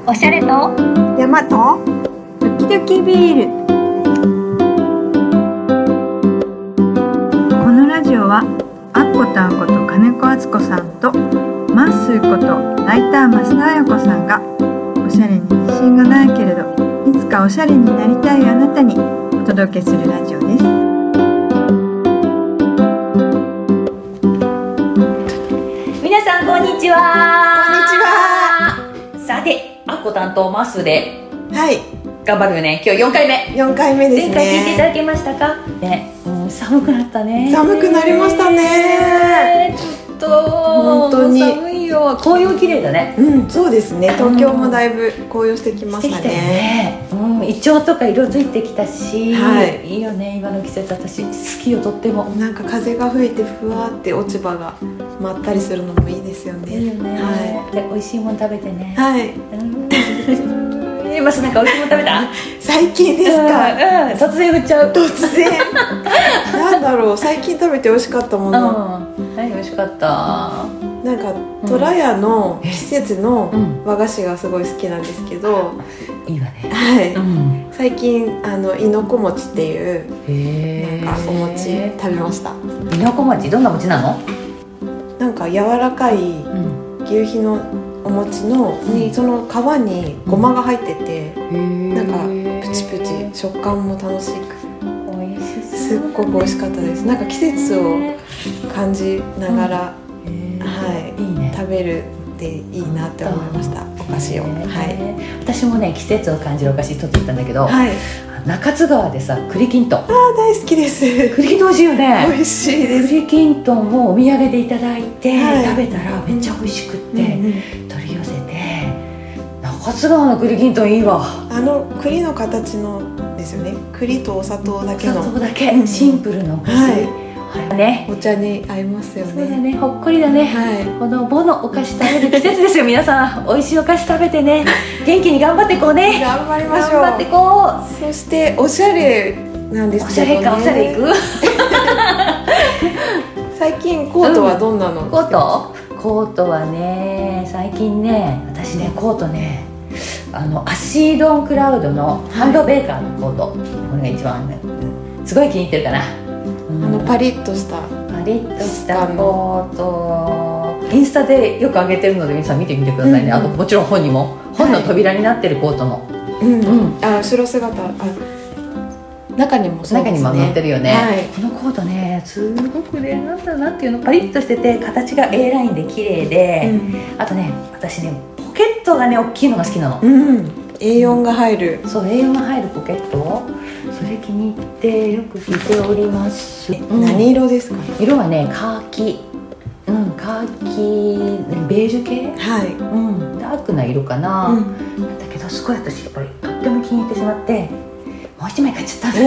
おしゃれと山とドキドキビール。このラジオはアッコとアコと金子敦子さんとマッスーことライター増田彩子さんがおしゃれに自信がないけれどいつかおしゃれになりたいあなたにお届けするラジオです。 皆さんこんにちは。 こんにちは。 さて、アッコ担当マスではい頑張るよね。今日4回目。 4回目ですね。 前回聞いていただけましたかね。寒くなったね。 寒くなりましたね。 ちょっと本当に寒いよ。紅葉綺麗だね。 そうですね。東京もだいぶ紅葉してきましたね。 イチョウとか色づいてきたし、 はいいいよね。今の季節私好きよ、とっても。 なんか風が吹いてふわって落ち葉がまったりするのもいいですよね。 いいよね。 はで、美味しいもの食べてね。 い、はい、 今なんか美味しいもの食べた？ 最近ですか？ 突然振っちゃう。 突然なんだろう、最近食べて美味しかったもの、 美味しかった。 なんかとらやの季節の和菓子がすごい好きなんですけど、 いいわね。 はい、最近いのこ餅っていうなんかお餅食べました。 いのこ餅、どんな餅なの？ なんか柔らかい牛皮のお餅のにその皮にごまが入ってて、なんかプチプチ食感も楽しく美味しそう。 すっごく美味しかったです。なんか季節を感じながら、 いいね、 食べるっていいなって思いました。お菓子を、 私もね季節を感じるお菓子取ってきたんだけど、 はい、 中津川でさ栗きんとん、 大好きです。 栗きんとん美味しいよね。 美味しいです。 栗きんとんをお土産でいただいて、食べたらめっちゃ美味しくって、取り寄せて、中津川の栗きんとんいいわ。 栗の形のですよね。栗とお砂糖だけの、 お砂糖だけ、シンプルなお菓子、 お茶に合いますよね。 そうだね、ほっこりだね、このボのお菓子食べる季節ですよ。皆さん美味しいお菓子食べてね、元気に頑張っていこうね。 頑張りましょう。 頑張っていこう。そしておしゃれなんですけどね。 おしゃれいく最近コートはどんなの？ コートはね、最近ね、私ねコートね、アッシードンクラウドのハンドベーカーのコート、これが一番ね、すごい気に入ってるかな。 パリッとしたコート、インスタでよく上げてるので皆さん見てみてくださいね。あともちろん本の扉になってるコートの、 後ろ姿、中にもそうですね。 中にも載ってるよね。このコートね、すごくね、なんていうの、パリッとしてて形が A ラインで綺麗で、あとね、私ねポケットがね大きいのが好きなの。 A4 が入る。 そう、A4 が入るポケット、それ気に入ってよく着ております。 何色ですか？ 色はねカーキ、カーキベージュ系、ダークな色かな。だけどすごい私やっぱりとっても気に入ってしまって、もう一枚買っちゃった。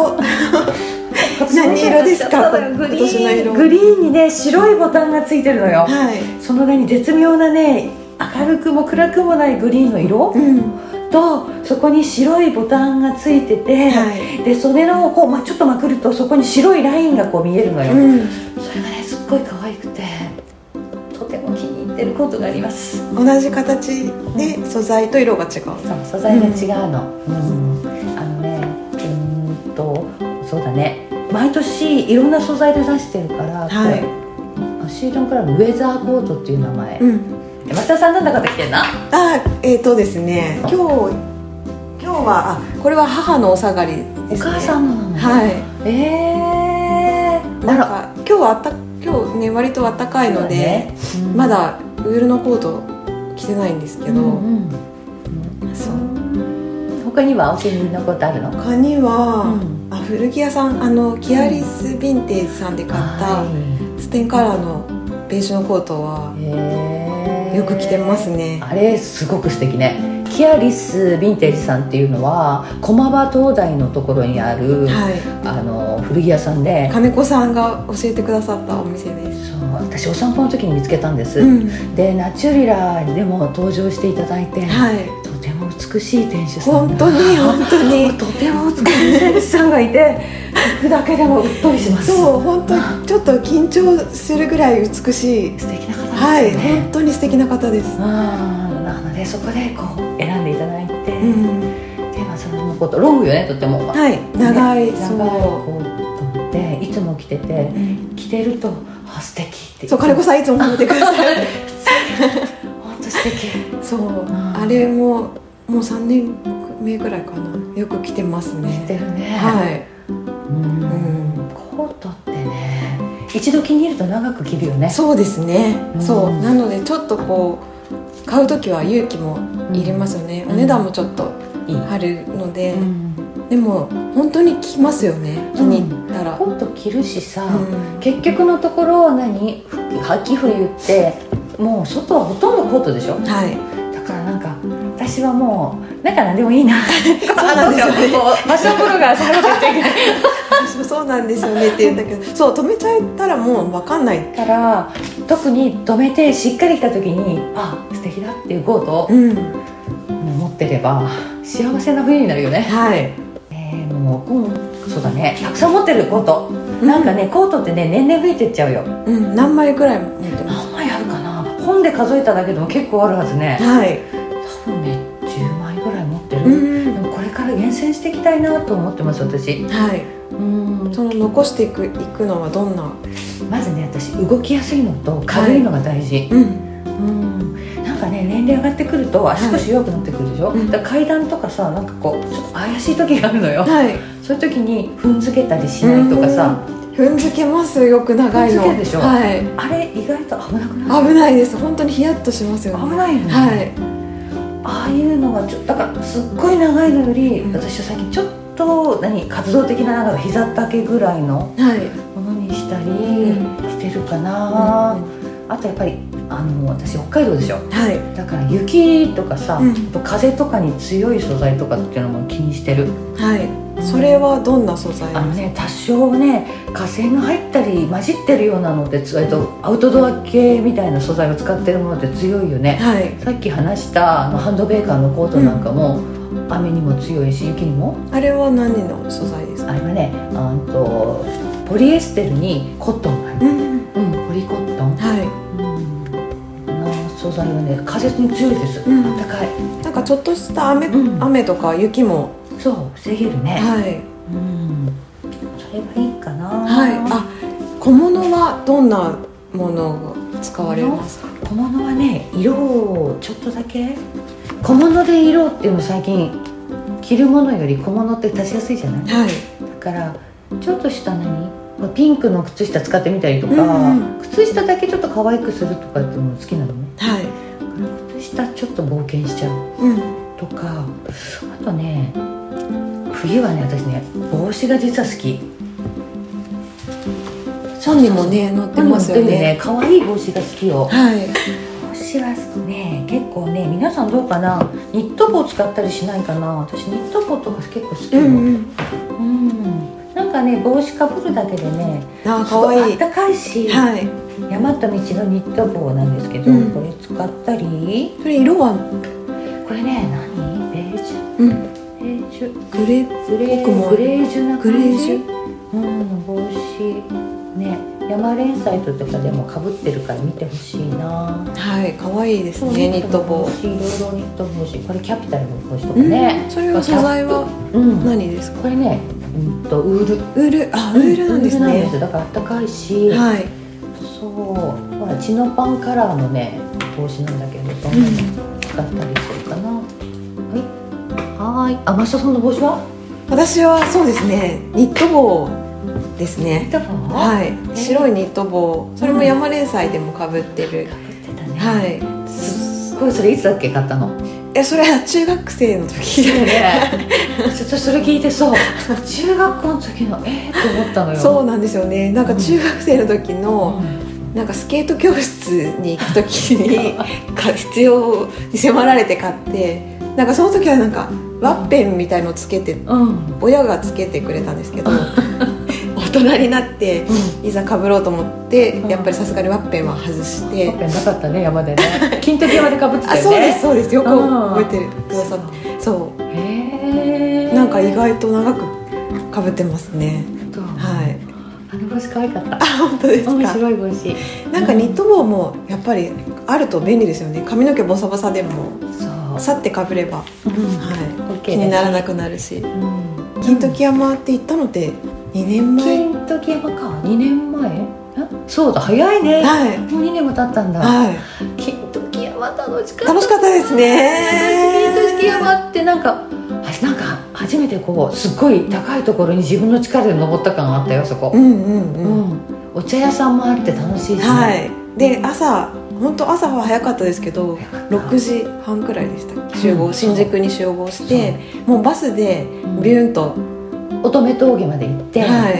何色ですか？ グリーンにね白いボタンがついてるのよ。その上に絶妙なね、明るくも暗くもないグリーンの色、とそこに白いボタンがついてて、で袖のこう、ちょっとまくるとそこに白いラインがこう見えるのよ。それがねすっごい可愛くてとても気に入ってるコートがあります。 同じ形で素材と色が違う。 そう、素材が違うの。そうだね、毎年いろんな素材で出してるから、アシードンからのウェザーコートっていう名前。松田さん、どんな方着てんの？ ですね、今日はこれは母のお下がりですね。 お母さんのなの？ なんか今日ね割と暖かいので、まだウールのコート着てないんですけど、そう。 他にはお気に入りのコートあるの？ 他には古着屋さん、キアリスヴィンテージさんで買ったステンカラーのベージュのコートはよく着てますね。 あれすごく素敵ね。キアリスヴィンテージさんっていうのは駒場東大のところにある、古着屋さんで、 金子さんが教えてくださったお店です。 そう、私お散歩の時に見つけたんです。でナチュリラでも登場していただいて、とても美しい店主さんが、 本当にとても美しい店主さんがいて、行くだけでもうっとりします。 そう、本当にちょっと緊張するぐらい美しい素敵な方はい、本当に素敵な方です。 なのでそこでこう選んでいただいて、でそのコートロングよね、とっても、 はい、長いコートでいつも着てて、着てると素敵って、 そう、金子さんいつも褒めてください。 本当素敵。 そう、あれもう3年目くらいかな、よく着てますね。 着てるね。 はい。 コートってね、一度気に入ると長く着るよね。 そうですね。そうなのでちょっとこう買うときは勇気もいりますよね。お値段もちょっと張るので、でも本当に着ますよね、気に入ったら。 コート着るしさ、結局のところ秋冬ってもう外はほとんどコートでしょ。 はい。 だからなんか私はもうなんか何でもいいな。 そうなんですよね。 ファッションブロガーさんが言っちゃいけない。 そうなんですよねって言うんだけど、そう止めちゃったらもう分かんないから特に止めてしっかり着た時に素敵だっていうコートを持ってれば幸せな冬になるよね。 はい。 もうそうだね、たくさん持ってるコート、なんかねコートってね年々増えてっちゃうよ。 何枚くらい持ってます？ 何枚あるかな、本で数えただけでも結構あるはずね。 はい。 多分ね10枚ぐらい持ってる。でもこれから厳選していきたいなと思ってます、私。 はい。その残していくのはどんな？ まずね、私動きやすいのと軽いのが大事。なんかね、年齢上がってくると足腰弱くなってくるでしょ。だから階段とかさ、なんかこうちょっと怪しい時があるのよ。そういう時に踏んづけたりしないとかさ。 踏んづけます、よく長いの。 踏んづけるでしょ。 はい。 あれ意外と危なくない？ 危ないです。本当にヒヤッとしますよね。 危ないよね。 はい。 ああいうのがだからすっごい長いのより、私は最近ちょっと活動的ななんか膝丈ぐらいのものにしたりしてるかな。あとやっぱり私北海道でしょ。だから雪とかさ、風とかに強い素材とかっていうのも気にしてる。 はい。それはどんな素材？ 多少ね火星が入ったり混じってるようなので、アウトドア系みたいな素材を使ってるもので強いよね。さっき話したハンドベーカーのコートなんかも、雨にも強いし雪にも。あれは何の素材ですか？ あれはねポリエステルにコットンが入る、ポリコットン、の素材はね風に強いです。暖かい。 なんかちょっとした雨とか雪もそう防げるね。 はい。 それはいいかな。 はい。小物はどんなものを使われますか？ 小物はね、色をちょっとだけ、小物で色っていうの最近着るものより小物って足しやすいじゃない。だからちょっとしたピンクの靴下使ってみたりとか、靴下だけちょっと可愛くするとかっていうのも好きなのね。靴下ちょっと冒険しちゃう、とか、あとね冬はね、私ね帽子が実は好き。 本にもね載ってますよね。 可愛い帽子が好きよ。 帽子はね結構ね、皆さんどうかな、ニット帽使ったりしないかな。私ニット帽とか結構好きよ。なんかね帽子かぶるだけでね、 可愛い、 暖かいし、大和道のニット帽なんですけど、これ使ったり。 それ色はこれねベージュ、 グレージュな感じ。 帽子ね、山連サイトとかでもかぶってるから見てほしいな。 可愛いですね、ニット帽。 いろいろニット帽子、これキャピタルの帽子とかね。 それは素材は何ですか？ これねウール。 ウールなんですね。 だから暖かいし、そう、ほらチノパンカラーのね帽子なんだけど、使ったりするかな。増田さんの帽子は？ 私はそうですね、ニット帽ですね。 ニット帽？ 白いニット帽。それも山連載でもかぶってる。 かぶってたね。すごい。それいつだっけ買ったの？ それは中学生の時だね。ちょっとそれ聞いて、そう中学校の時のと思ったのよ。 そうなんですよね。なんか中学生の時の、なんかスケート教室に行く時に必要に迫られて買って、なんかその時はなんかワッペンみたいのをつけて、親がつけてくれたんですけど、大人になって、いざかぶろうと思って、やっぱりさすがにワッペンは外して。 ワッペンなかったね、山でね。金時山でかぶってたよね。 そうです、よく覚えてくださって。そう。なんか意外と長くかぶってますね。 あの帽子可愛かった。 本当ですか。 白い帽子。 なんかニット帽もやっぱりあると便利ですよね。髪の毛ボサボサでもさってかぶれば、はい、気にならなくなるし。金時山って行ったのって2年前。 金時山か2年前。そうだ、早いね、はい、もう2年も経ったんだ、はい、金時山楽しかったですね。 金時山ってなんか初めてこうすっごい高いところに自分の力で登った感があったよ、そこ。お茶屋さんもあって楽しいし、ね、 はい。で本当朝は早かったですけど6時半くらいでした集合、新宿に集合して、もうバスでビューンと乙女峠まで行って、 はい、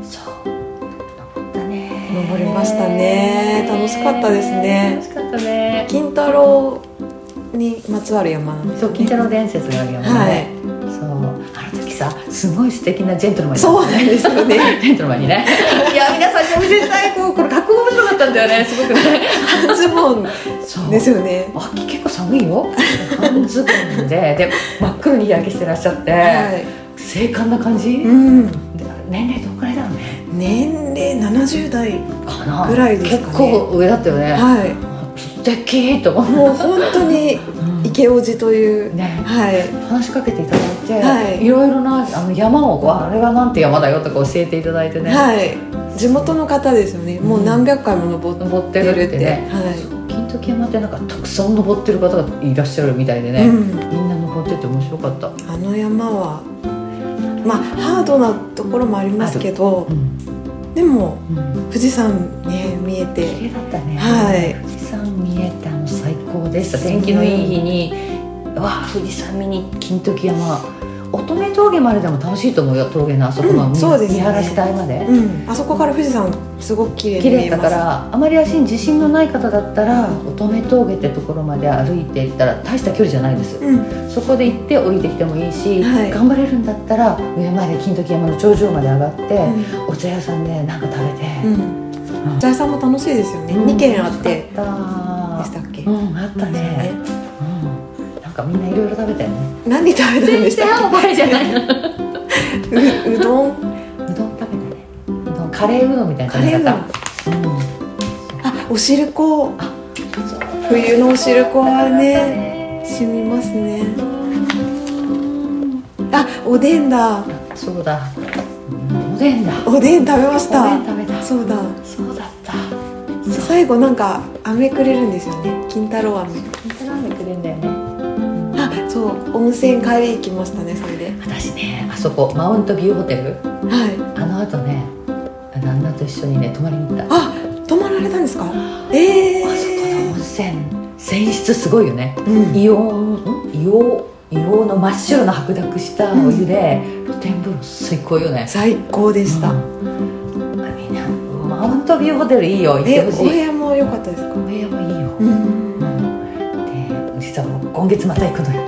登りましたね。楽しかったですね。 楽しかったね。 金太郎にまつわる山なんですね。 そう、金太郎伝説がある山ね、はい、そう、あの時さすごい素敵なジェントルマンに、 そうなんですよねジェントルマンにねいや皆さんにお見せしたい、これ格好面白かったんだよね、すごくね。 半ズボンですよね。 秋結構寒いよ半ズボンで真っ黒に日焼けしてらっしゃって、はい、精悍な感じ、年齢どのくらいだろうね。 年齢70代ぐらいですかね。 結構上だったよね。 はい。 素敵と思う。 もう本当にイケオジというね、 はい、 話しかけていただいて、はい、いろいろな山をあれはなんて山だよとか教えていただいてね。はい。地元の方ですよね。もう何百回も登ってるってね。 はい。金時山ってなんかたくさん登ってる方がいらっしゃるみたいでね。みんな登ってて面白かった。 あの山はまあハードなところもありますけど、でも、富士山ね見えて綺麗だったね、 はい、 富士山見えたの最高でした。天気のいい日に富士山見に金時山、乙女峠まででも楽しいと思うよ。峠のあそこの見晴らし台まで、 あそこから富士山すごく綺麗に見えます。 だからあまり足に自信のない方だったら、乙女峠ってところまで歩いていったら大した距離じゃないです、そこで行って降りてきてもいいし、頑張れるんだったら上まで金時山の頂上まで上がって、お茶屋さんで何か食べて、 お茶屋さんも楽しいですよね。2軒あってでしたっけ。 あったね。なんかみんないろいろ食べたよね。 何食べたんでしたっけ。 覚えじゃないの。 うどん食べたね。カレーうどんみたいな食べ方。 あ、お汁粉。冬のお汁粉はね染みますね。あ、おでんだ。 そうだ。おでんだ。 おでん食べました。 おでん食べた。 そうだ。 そうだった。 最後なんか飴くれるんですよね。金太郎飴。 金太郎飴くれるんだよね。 あ、そう、温泉帰り行きましたね。それで私ね、あそこマウントビューホテル、 はい、 あの後ね旦那と一緒にね泊まりに行った。 あ、泊まられたんですか。あそこの温泉泉質すごいよね、硫黄の真っ白な白濁したお湯で、露天風呂最高よね。 最高でした、 みんなマウントビューホテルいいよ、行ってほしい。 お部屋も良かったですか。 お部屋もいいよ、実はもう今月また行くのよ。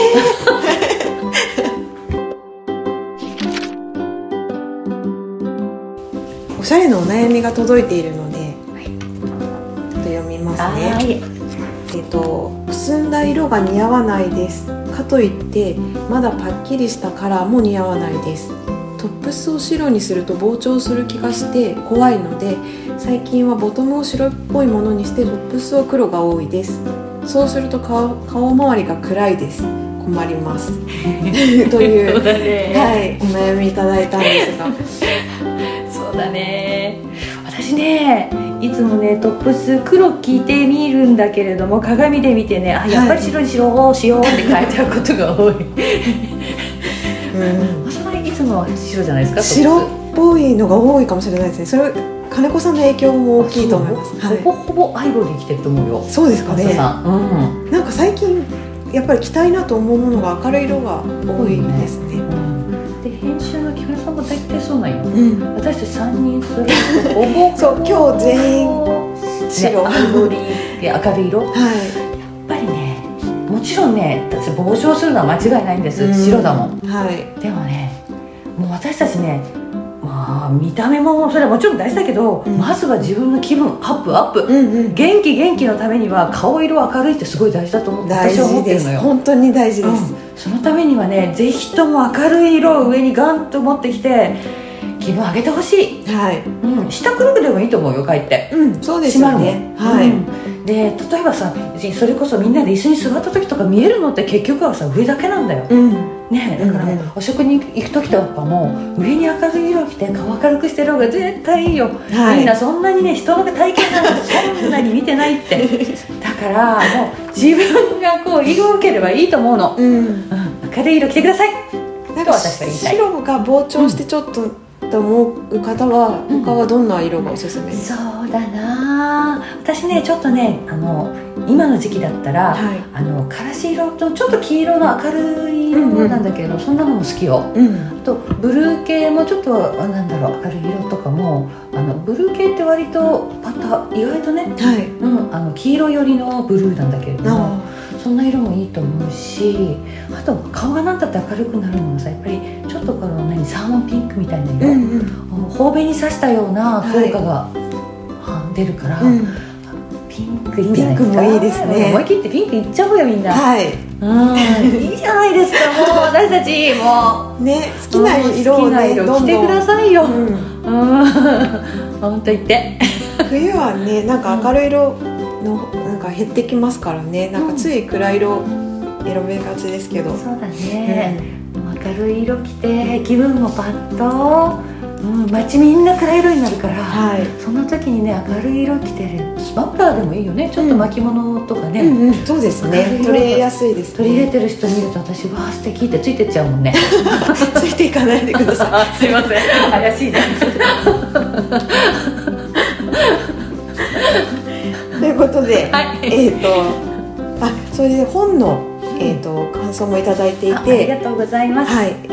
おしゃれのお悩みが届いているので、ちょっと読みますね。くすんだ色が似合わないです。かといってまだパッキリしたカラーも似合わないです。トップスを白にすると膨張する気がして怖いので、最近はボトムを白っぽいものにしてトップスは黒が多いです。そうすると顔周りが暗いです。困りますという、はい、お悩みいただいたんですがそうだね。私ね、いつもねトップス黒着てみるんだけれども、鏡で見てね、あ、やっぱり白にしようって変えちゃうことが多いそれいつも白じゃないですか。 白っぽいのが多いかもしれないですね。それ金子さんの影響も大きいと思います。 ほぼほぼアイボリー着てると思うよ。 そうですかね。なんか最近やっぱり着たいなと思うものが明るい色が多いですね。 で、編集の木村さんも大体そうなんよ、私たち3人するとほぼそう、今日全員白、 アイボリーで明るい色、やっぱりね、もちろんね、私膨張するのは間違いないんです、白だもん、でもね、もう私たちね、見た目もそれはもちろん大事だけど、まずは自分の気分アップ、元気のためには顔色明るいってすごい大事だと思って私は思ってるのよ。 本当に大事です、 そのためにはね、ぜひとも明るい色を上にガンと持ってきて着気分上げてほしい、 はい、 下くるくでもいいと思うよ、帰って、 そうですよね、はい、 で例えばさ、それこそみんなで椅子に座った時とか見えるのって結局はさ上だけなんだよ、ね、だから、お食に行く時とかも上に明るい色着て顔明るくしてる方が絶対いいよ、みんなそんなにね人の体型なんかそんなに見てないってだからもう自分がこう色をければいいと思うの、明るい色着てくださいと私は言いたい。 白が膨張してちょっとと思う方は、他はどんな色がおすすめですか？ そうだな、私ねちょっとね今の時期だったら、からし色とちょっと黄色の明るい色なんだけど、そんなのも好きよ、あとブルー系もちょっとなんだろう、明るい色とかもブルー系って割と意外とね、黄色寄りのブルーなんだけれども、そんな色もいいと思うし、あと顔がなんだって明るくなるのがさ、やっぱりちょっとこのサーモンピンクみたいな色、頬紅刺したような効果が出るから、ピンクいいんじゃないですか。 ピンクもいいですね。 思い切ってピンクいっちゃおうよみんな。 はい。 いいじゃないですか、もう私たちもうね、好きな色をね、 着てくださいよ。本当言って。 冬はね、なんか明るい色のなんか減ってきますからね。なんかつい暗い色選べがちですけど。 そうだね。明るい色着て気分もパッと。街みんな暗い色になるから、そんな時にね明るい色着てるマフラーでもいいよね、ちょっと巻物とかね、 そうですね、取れやすいですね。 取り入れてる人見ると私わー素敵ってついてっちゃうもんねついていかないでくださいすいません、怪しいねということで、それで本の、感想もいただいていて、 ありがとうございます。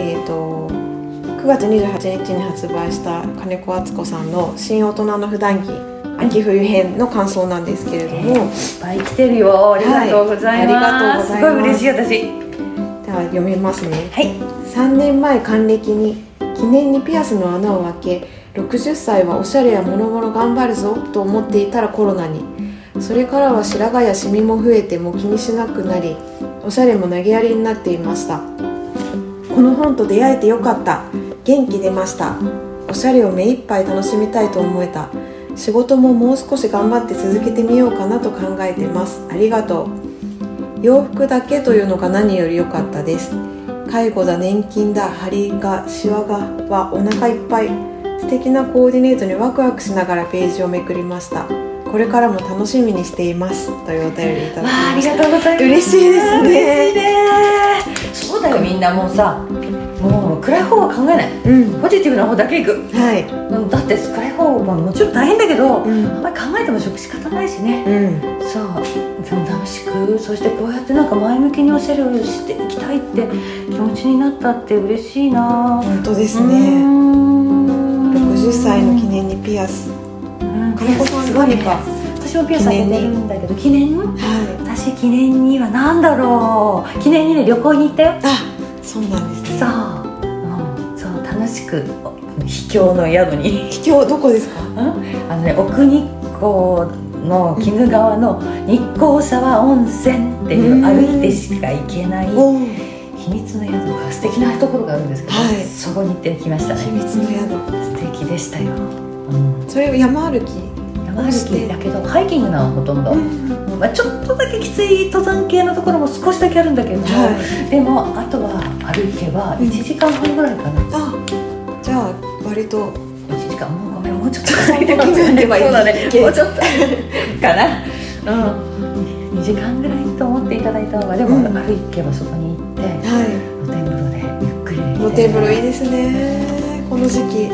9月28日に発売した金子敦子さんの新大人の普段着秋冬編の感想なんですけれども、いっぱい来てるよ。ありがとうございます。ありがとうございます。すごい嬉しい私。 では読みますね。 はい。 3年前還暦に記念にピアスの穴を開け、60歳はおしゃれやもろもろ頑張るぞと思っていたらコロナに。それからは白髪やシミも増えても気にしなくなり、おしゃれも投げやりになっていました。この本と出会えてよかった。元気出ました。おしゃれを目いっぱい楽しみたいと思えた。仕事ももう少し頑張って続けてみようかなと考えてます。ありがとう。洋服だけというのが何より良かったです。介護だ、年金だ、張りが、シワがはお腹いっぱい。素敵なコーディネートにワクワクしながらページをめくりました。これからも楽しみにしていますというお便りいただきました。 ありがとうございます。 嬉しいですね。 嬉しいね。そうだよ、みんなもうさ、もう暗い方は考えない、ポジティブな方だけいく、だって暗い方はもちろん大変だけど、あんまり考えても仕方ないしね、そうでも楽しく、そしてこうやってなんか前向きにおしゃれをしていきたいって気持ちになったって嬉しいな。 本当ですね。60歳の記念にピアス、金子さん何か。 私もピアスあげてるんだけど、記念、私記念には何だろう、記念にね旅行に行ったよ。 そうなんですね。 そう楽しく秘境の宿に。 秘境どこですか？ 奥日光の鬼怒川の日光沢温泉っていう歩いてしか行けない秘密の宿が素敵なところがあるんですけど、そこに行ってきましたね。 秘密の宿素敵でしたよ。 それ山歩きだけどハイキングなのほとんど、ちょっとだけきつい登山系のところも少しだけあるんだけど、でもあとは歩けば1時間半ぐらいかな。 じゃあ割と 1時間、もうちょっと歩いてますよね。そうだね、もうちょっとかな、2時間ぐらいと思っていただいた方が、でも歩けばそこに行って、露天風呂でゆっくりできて、 露天風呂いいですね、この時期。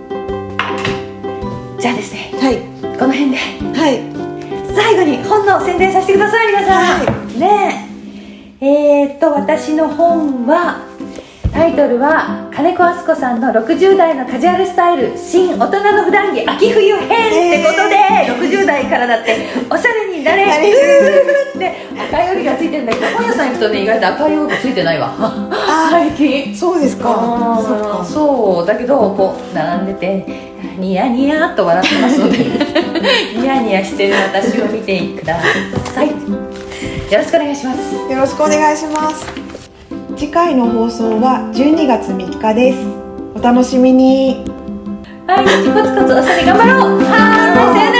じゃあですね、この辺で、最後に本の宣伝させてください、皆さん。ねえ、私の本はタイトルは金子敦子さんの60代のカジュアルスタイル新大人の普段着秋冬編ってことで、60代からだっておしゃれになれるって赤い帯がついてるんだけど、本屋さん行くとね意外と赤い帯ついてないわ最近。 そうですか。 そうだけどこう並んでてニヤニヤっと笑ってますのでニヤニヤしてる私を見てください。よろしくお願いします。 よろしくお願いします。次回の放送は12月3日です。お楽しみに。 毎日コツコツおしゃれ頑張ろう。はーい、先生